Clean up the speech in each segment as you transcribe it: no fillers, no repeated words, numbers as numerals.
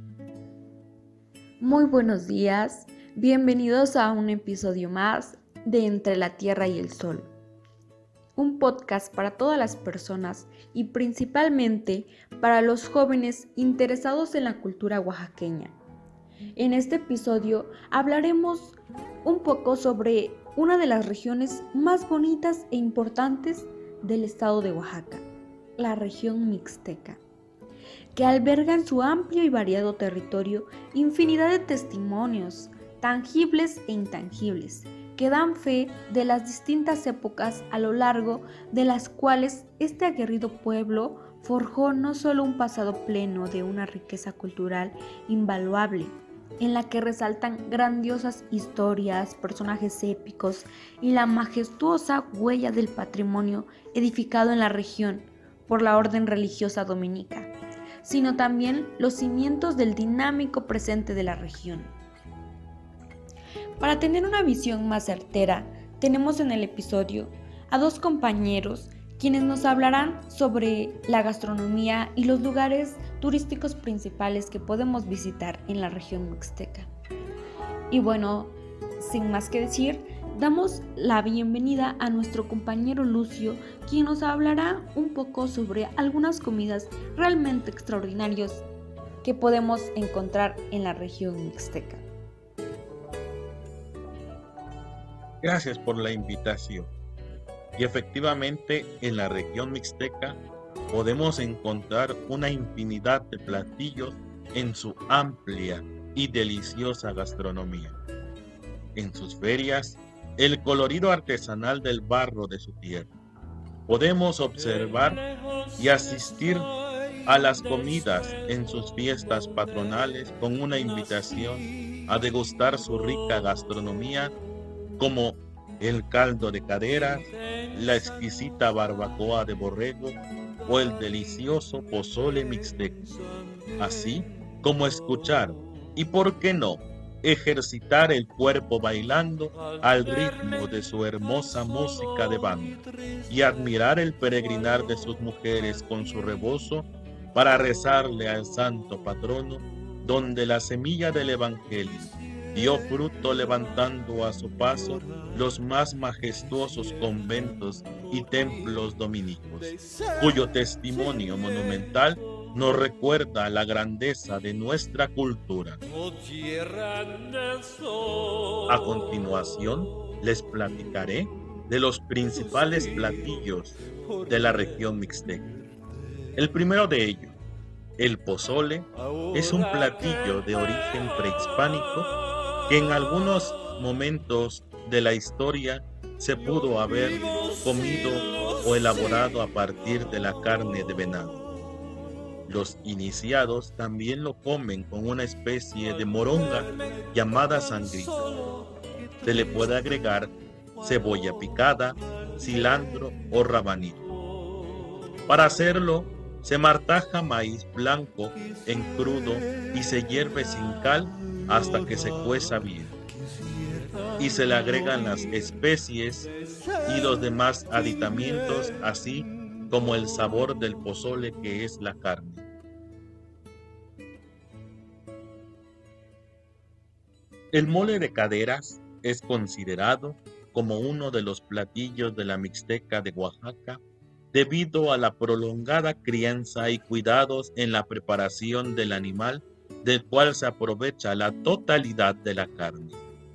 Muy buenos días, bienvenidos a un episodio más de Entre la Tierra y el Sol, un podcast para todas las personas y principalmente para los jóvenes interesados en la cultura oaxaqueña. En este episodio hablaremos un poco sobre una de las regiones más bonitas e importantes del estado de Oaxaca, la región mixteca, que alberga en su amplio y variado territorio infinidad de testimonios, tangibles e intangibles, que dan fe de las distintas épocas a lo largo de las cuales este aguerrido pueblo forjó no solo un pasado pleno de una riqueza cultural invaluable, en la que resaltan grandiosas historias, personajes épicos y la majestuosa huella del patrimonio edificado en la región por la orden religiosa dominica, sino también los cimientos del dinámico presente de la región. Para tener una visión más certera, tenemos en el episodio a dos compañeros quienes nos hablarán sobre la gastronomía y los lugares turísticos principales que podemos visitar en la región mixteca. Y bueno, sin más que decir, damos la bienvenida a nuestro compañero Lucio, quien nos hablará un poco sobre algunas comidas realmente extraordinarias que podemos encontrar en la región mixteca. Gracias por la invitación. Y efectivamente, en la región mixteca podemos encontrar una infinidad de platillos en su amplia y deliciosa gastronomía. En sus ferias, el colorido artesanal del barro de su tierra. Podemos observar y asistir a las comidas en sus fiestas patronales con una invitación a degustar su rica gastronomía, como el caldo de caderas, la exquisita barbacoa de borrego o el delicioso pozole mixteco, así como escuchar y, por qué no, ejercitar el cuerpo bailando al ritmo de su hermosa música de banda y admirar el peregrinar de sus mujeres con su rebozo para rezarle al santo patrono, donde la semilla del evangelio dio fruto levantando a su paso los más majestuosos conventos y templos dominicos, cuyo testimonio monumental nos recuerda la grandeza de nuestra cultura. A continuación, les platicaré de los principales platillos de la región mixteca. El primero de ellos, el pozole, es un platillo de origen prehispánico que en algunos momentos de la historia se pudo haber comido o elaborado a partir de la carne de venado. Los iniciados también lo comen con una especie de moronga llamada sangrita. Se le puede agregar cebolla picada, cilantro o rabanito. Para hacerlo, se martaja maíz blanco en crudo y se hierve sin cal hasta que se cueza bien. Y se le agregan las especies y los demás aditamentos, así como el sabor del pozole, que es la carne. El mole de caderas es considerado como uno de los platillos de la Mixteca de Oaxaca debido a la prolongada crianza y cuidados en la preparación del animal, del cual se aprovecha la totalidad de la carne,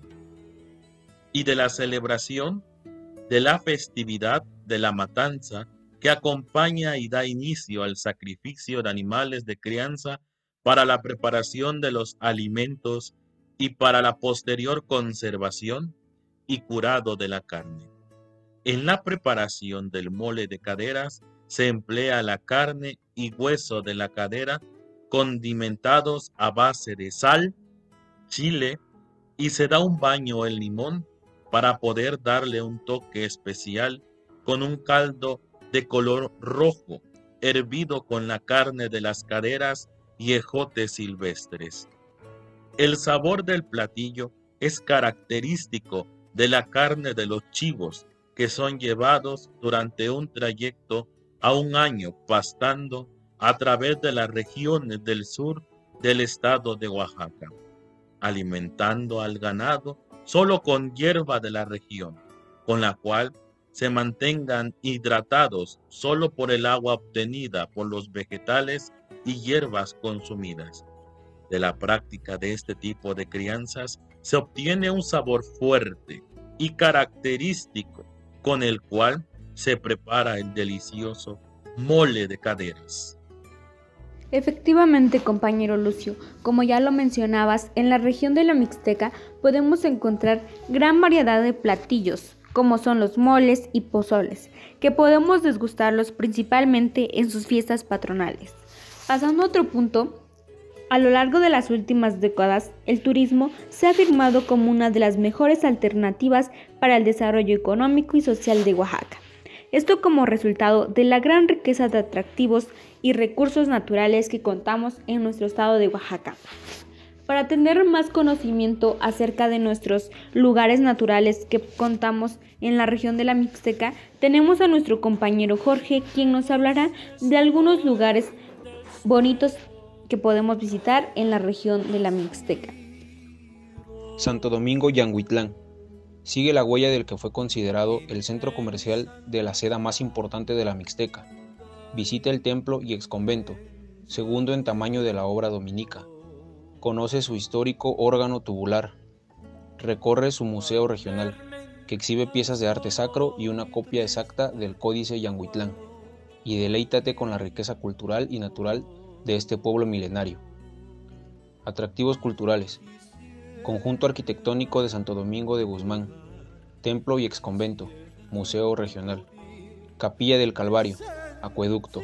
y de la celebración de la festividad de la matanza, que acompaña y da inicio al sacrificio de animales de crianza para la preparación de los alimentos y para la posterior conservación y curado de la carne. En la preparación del mole de caderas se emplea la carne y hueso de la cadera condimentados a base de sal, chile, y se da un baño en limón para poder darle un toque especial con un caldo de color rojo, hervido con la carne de las caderas y ejotes silvestres. El sabor del platillo es característico de la carne de los chivos, que son llevados durante un trayecto a un año pastando a través de las regiones del sur del estado de Oaxaca, alimentando al ganado solo con hierba de la región, con la cual se mantengan hidratados solo por el agua obtenida por los vegetales y hierbas consumidas. De la práctica de este tipo de crianzas se obtiene un sabor fuerte y característico con el cual se prepara el delicioso mole de caderas. Efectivamente, compañero Lucio, como ya lo mencionabas, en la región de la Mixteca podemos encontrar gran variedad de platillos, como son los moles y pozoles, que podemos degustarlos principalmente en sus fiestas patronales. Pasando a otro punto, a lo largo de las últimas décadas, el turismo se ha afirmado como una de las mejores alternativas para el desarrollo económico y social de Oaxaca. Esto como resultado de la gran riqueza de atractivos y recursos naturales que contamos en nuestro estado de Oaxaca. Para tener más conocimiento acerca de nuestros lugares naturales que contamos en la región de la Mixteca, tenemos a nuestro compañero Jorge, quien nos hablará de algunos lugares bonitos que podemos visitar en la región de la Mixteca. Santo Domingo Yanguitlán. Sigue la huella del que fue considerado el centro comercial de la seda más importante de la Mixteca. Visita el templo y exconvento, segundo en tamaño de la obra dominica. Conoce su histórico órgano tubular. Recorre su museo regional, que exhibe piezas de arte sacro y una copia exacta del Códice Yanguitlán. Y deleítate con la riqueza cultural y natural de este pueblo milenario. Atractivos culturales. Conjunto arquitectónico de Santo Domingo de Guzmán, templo y exconvento, museo regional, capilla del Calvario, acueducto.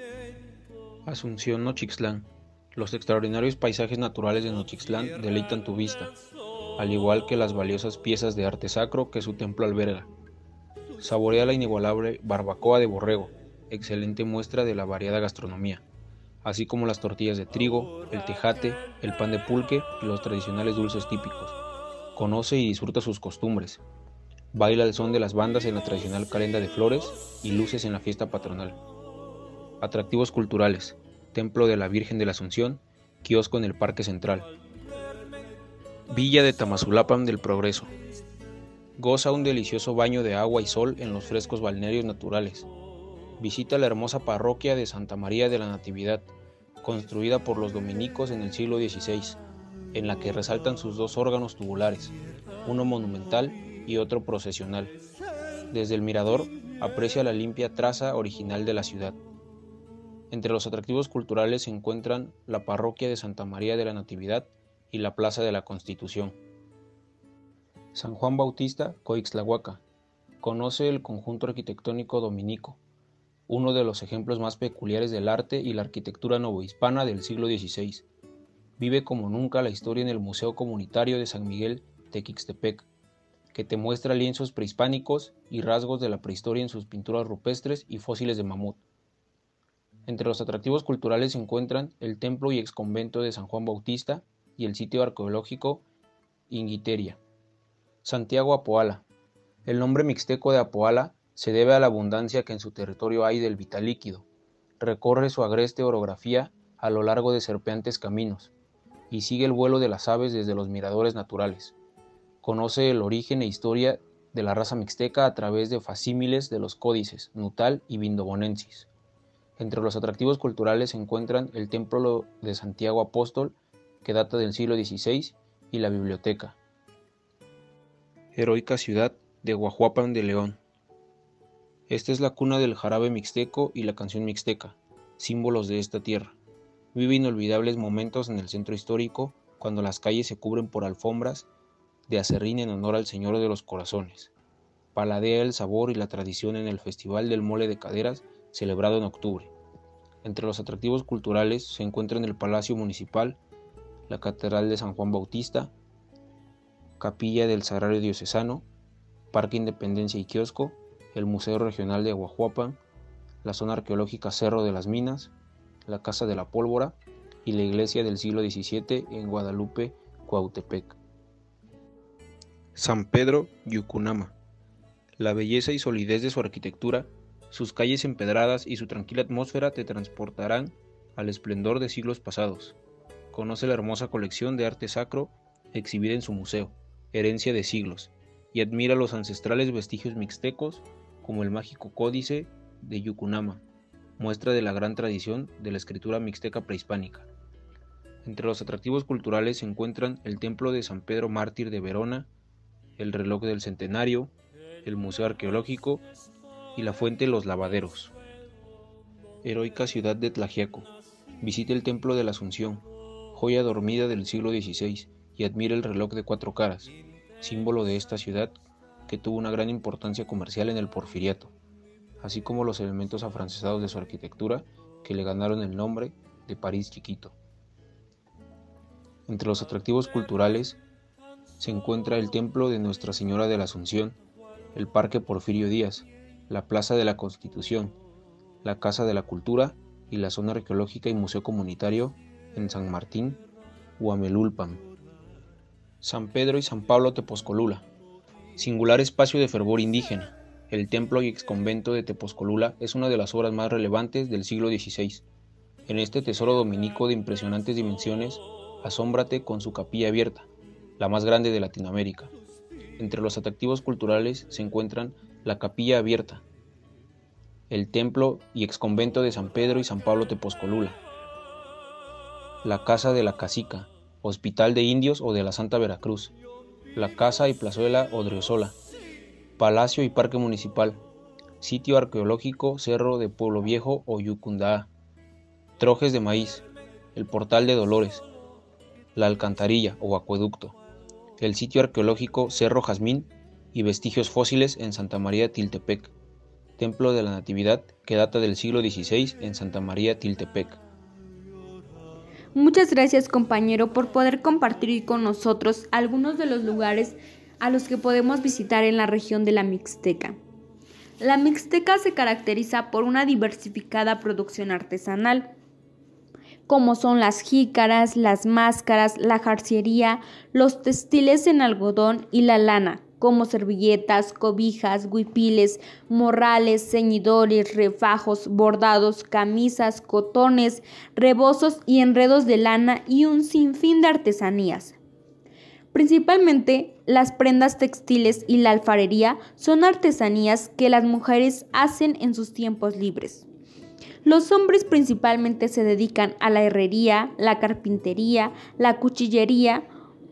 Asunción Nochixtlán. Los extraordinarios paisajes naturales de Nochixtlán deleitan tu vista, al igual que las valiosas piezas de arte sacro que su templo alberga. Saborea la inigualable barbacoa de borrego, excelente muestra de la variada gastronomía, así como las tortillas de trigo, el tejate, el pan de pulque y los tradicionales dulces típicos. Conoce y disfruta sus costumbres. Baila al son de las bandas en la tradicional calenda de flores y luces en la fiesta patronal. Atractivos culturales. Templo de la Virgen de la Asunción, kiosco en el Parque Central. Villa de Tamazulapan del Progreso. Goza un delicioso baño de agua y sol en los frescos balnearios naturales. Visita la hermosa parroquia de Santa María de la Natividad, construida por los dominicos en el siglo XVI, en la que resaltan sus dos órganos tubulares, uno monumental y otro procesional. Desde el mirador aprecia la limpia traza original de la ciudad. Entre los atractivos culturales se encuentran la parroquia de Santa María de la Natividad y la Plaza de la Constitución. San Juan Bautista, Coixtlahuaca. Conoce el conjunto arquitectónico dominico, uno de los ejemplos más peculiares del arte y la arquitectura novohispana del siglo XVI. Vive como nunca la historia en el Museo Comunitario de San Miguel Tequixtepec, que te muestra lienzos prehispánicos y rasgos de la prehistoria en sus pinturas rupestres y fósiles de mamut. Entre los atractivos culturales se encuentran el templo y exconvento de San Juan Bautista y el sitio arqueológico Inguiteria. Santiago Apoala. El nombre mixteco de Apoala se debe a la abundancia que en su territorio hay del vital líquido. Recorre su agreste orografía a lo largo de serpeantes caminos y sigue el vuelo de las aves desde los miradores naturales. Conoce el origen e historia de la raza mixteca a través de facímiles de los códices Nutal y Vindobonensis. Entre los atractivos culturales se encuentran el Templo de Santiago Apóstol, que data del siglo XVI, y la biblioteca. Heroica ciudad de Guajuapan de León. Esta es la cuna del jarabe mixteco y la canción mixteca, símbolos de esta tierra. Vive inolvidables momentos en el centro histórico cuando las calles se cubren por alfombras de acerrín en honor al Señor de los Corazones. Paladea el sabor y la tradición en el Festival del Mole de Caderas, celebrado en octubre. Entre los atractivos culturales se encuentran el Palacio Municipal, la Catedral de San Juan Bautista, Capilla del Sagrario Diocesano, Parque Independencia y Kiosco, el Museo Regional de Guajuapan, la zona arqueológica Cerro de las Minas, la Casa de la Pólvora y la iglesia del siglo XVII en Guadalupe, Cuautepec. San Pedro Yucunama. La belleza y solidez de su arquitectura, sus calles empedradas y su tranquila atmósfera te transportarán al esplendor de siglos pasados. Conoce la hermosa colección de arte sacro exhibida en su museo, herencia de siglos, y admira los ancestrales vestigios mixtecos como el mágico códice de Yucunama, muestra de la gran tradición de la escritura mixteca prehispánica. Entre los atractivos culturales se encuentran el Templo de San Pedro Mártir de Verona, el Reloj del Centenario, el Museo Arqueológico y la Fuente Los Lavaderos. Heroica ciudad de Tlaxiaco. Visite el Templo de la Asunción, joya dormida del siglo XVI, y admire el reloj de 4 caras, símbolo de esta ciudad que tuvo una gran importancia comercial en el Porfiriato, así como los elementos afrancesados de su arquitectura que le ganaron el nombre de París Chiquito. Entre los atractivos culturales se encuentra el Templo de Nuestra Señora de la Asunción, el Parque Porfirio Díaz, la Plaza de la Constitución, la Casa de la Cultura y la Zona Arqueológica y Museo Comunitario en San Martín, Huamelulpan. San Pedro y San Pablo Tepozcolula. Singular espacio de fervor indígena, el templo y exconvento de Tepozcolula es una de las obras más relevantes del siglo XVI. En este tesoro dominico de impresionantes dimensiones, asómbrate con su capilla abierta, la más grande de Latinoamérica. Entre los atractivos culturales se encuentran la capilla abierta, el templo y exconvento de San Pedro y San Pablo Tepozcolula, la Casa de la Casica, Hospital de Indios o de la Santa Veracruz, la Casa y Plazuela Odriozola, Palacio y Parque Municipal, Sitio Arqueológico Cerro de Pueblo Viejo o Yucundá, Trojes de Maíz, el Portal de Dolores, la Alcantarilla o Acueducto, el Sitio Arqueológico Cerro Jazmín y vestigios fósiles en Santa María Tiltepec, Templo de la Natividad que data del siglo XVI en Santa María Tiltepec. Muchas gracias, compañero, por poder compartir con nosotros algunos de los lugares a los que podemos visitar en la región de la Mixteca. La Mixteca se caracteriza por una diversificada producción artesanal, como son las jícaras, las máscaras, la jarciería, los textiles en algodón y la lana, como servilletas, cobijas, huipiles, morrales, ceñidores, refajos, bordados, camisas, cotones, rebozos y enredos de lana y un sinfín de artesanías. Principalmente, las prendas textiles y la alfarería son artesanías que las mujeres hacen en sus tiempos libres. Los hombres principalmente se dedican a la herrería, la carpintería, la cuchillería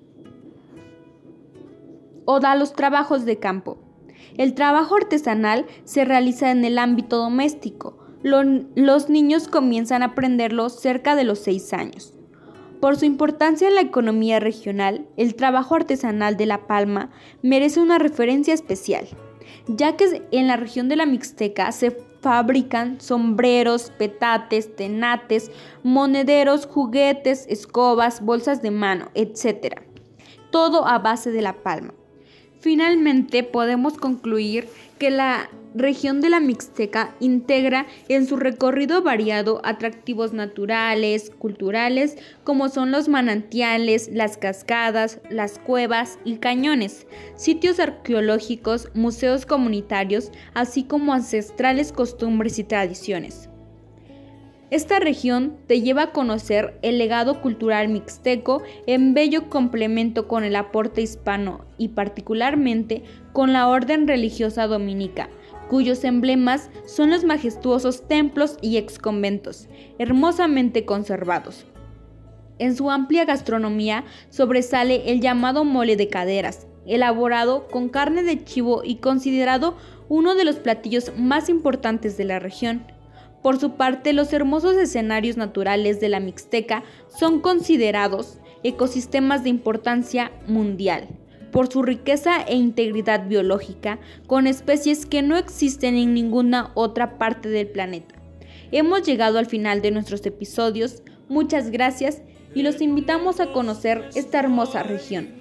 o a los trabajos de campo. El trabajo artesanal se realiza en el ámbito doméstico. Los niños comienzan a aprenderlo cerca de los 6 años. Por su importancia en la economía regional, el trabajo artesanal de La Palma merece una referencia especial, ya que en la región de la Mixteca se fabrican sombreros, petates, tenates, monederos, juguetes, escobas, bolsas de mano, etc. Todo a base de la palma. Finalmente, podemos concluir que la región de la Mixteca integra en su recorrido variado atractivos naturales, culturales, como son los manantiales, las cascadas, las cuevas y cañones, sitios arqueológicos, museos comunitarios, así como ancestrales costumbres y tradiciones. Esta región te lleva a conocer el legado cultural mixteco en bello complemento con el aporte hispano y particularmente con la orden religiosa dominica, cuyos emblemas son los majestuosos templos y exconventos, hermosamente conservados. En su amplia gastronomía sobresale el llamado mole de caderas, elaborado con carne de chivo y considerado uno de los platillos más importantes de la región. Por su parte, los hermosos escenarios naturales de la Mixteca son considerados ecosistemas de importancia mundial, por su riqueza e integridad biológica, con especies que no existen en ninguna otra parte del planeta. Hemos llegado al final de nuestros episodios, muchas gracias y los invitamos a conocer esta hermosa región.